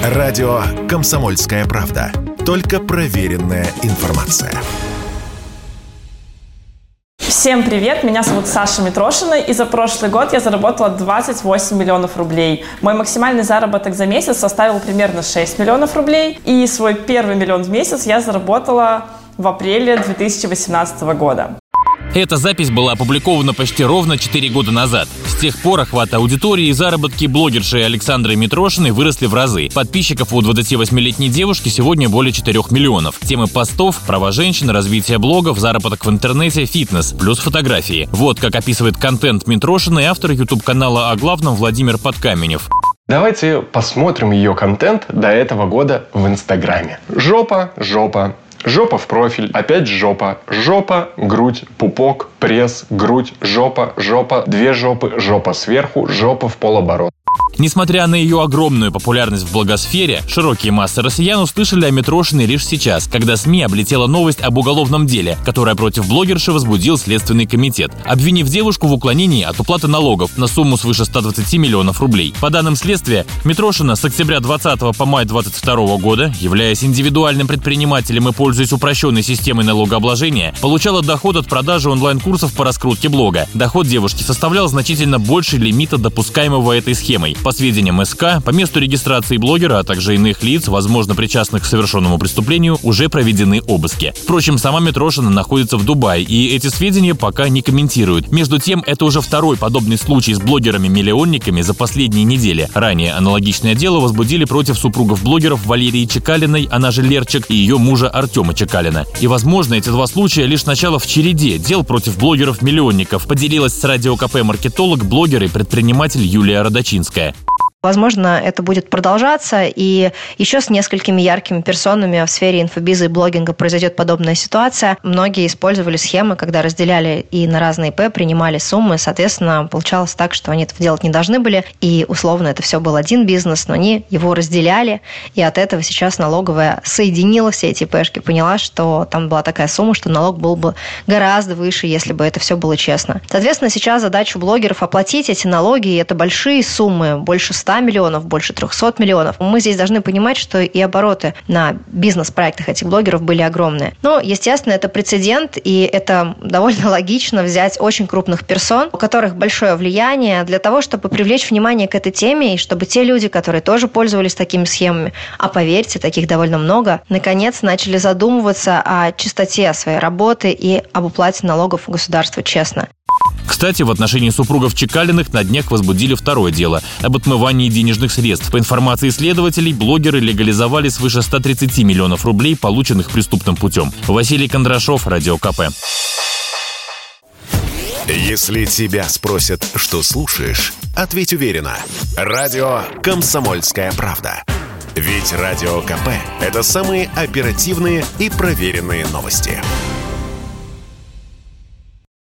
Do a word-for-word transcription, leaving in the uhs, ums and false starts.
Радио «Комсомольская правда». Только проверенная информация. Всем привет, меня зовут Саша Митрошина, и за прошлый год я заработала двадцать восемь миллионов рублей. Мой максимальный заработок за месяц составил примерно шесть миллионов рублей, и свой первый миллион в месяц я заработала в апреле две тысячи восемнадцатого года. Эта запись была опубликована почти ровно четыре года назад. С тех пор охват аудитории и заработки блогерши Александры Митрошиной выросли в разы. Подписчиков у двадцативосьмилетней девушки сегодня более четырех миллионов. Темы постов, права женщин, развитие блогов, заработок в интернете, фитнес, плюс фотографии. Вот как описывает контент Митрошиной автор ютуб-канала о главном Владимир Подкаменев. Давайте посмотрим ее контент до этого года в Инстаграме. Жопа, жопа. Жопа в профиль, опять жопа, жопа, грудь, пупок, пресс, грудь, жопа, жопа, две жопы, жопа сверху, жопа в полоборота. Несмотря на ее огромную популярность в блогосфере, широкие массы россиян услышали о Митрошиной лишь сейчас, когда СМИ облетела новость об уголовном деле, которое против блогерши возбудил Следственный комитет, обвинив девушку в уклонении от уплаты налогов на сумму свыше ста двадцати миллионов рублей. По данным следствия, Митрошина с октября двадцатого по май двадцать второго года, являясь индивидуальным предпринимателем и пользуясь упрощенной системой налогообложения, получала доход от продажи онлайн-курсов по раскрутке блога. Доход девушки составлял значительно больше лимита, допускаемого этой схемой. По сведениям СК, по месту регистрации блогера, а также иных лиц, возможно причастных к совершенному преступлению, уже проведены обыски. Впрочем, сама Митрошина находится в Дубае, и эти сведения пока не комментируют. Между тем, это уже второй подобный случай с блогерами-миллионниками за последние недели. Ранее аналогичное дело возбудили против супругов блогеров Валерии Чекалиной, она же Лерчик, и ее мужа Артема Чекалина. И, возможно, эти два случая лишь начало в череде дел против блогеров-миллионников, поделилась с Радио КП маркетолог, блогер и предприниматель Юлия Родочинская. Возможно, это будет продолжаться, и еще с несколькими яркими персонами в сфере инфобиза и блогинга произойдет подобная ситуация. Многие использовали схемы, когда разделяли и на разные ИП, принимали суммы. Соответственно, получалось так, что они этого делать не должны были, и условно это все был один бизнес, но они его разделяли, и от этого сейчас налоговая соединила все эти ИПшки, поняла, что там была такая сумма, что налог был бы гораздо выше, если бы это все было честно. Соответственно, сейчас задача блогеров оплатить эти налоги, и это большие суммы, больше ста миллионов, больше трехсот миллионов. Мы здесь должны понимать, что и обороты на бизнес-проектах этих блогеров были огромные. Но, естественно, это прецедент, и это довольно логично взять очень крупных персон, у которых большое влияние, для того, чтобы привлечь внимание к этой теме, и чтобы те люди, которые тоже пользовались такими схемами, а поверьте, таких довольно много, наконец начали задумываться о чистоте своей работы и об уплате налогов государству честно. Кстати, в отношении супругов Чекалиных на днях возбудили второе дело об отмывании денежных средств. По информации следователей, блогеры легализовали свыше ста тридцати миллионов рублей, полученных преступным путем. Василий Кондрашов, Радио КП. Если тебя спросят, что слушаешь, ответь уверенно. Радио «Комсомольская правда». Ведь Радио КП – это самые оперативные и проверенные новости.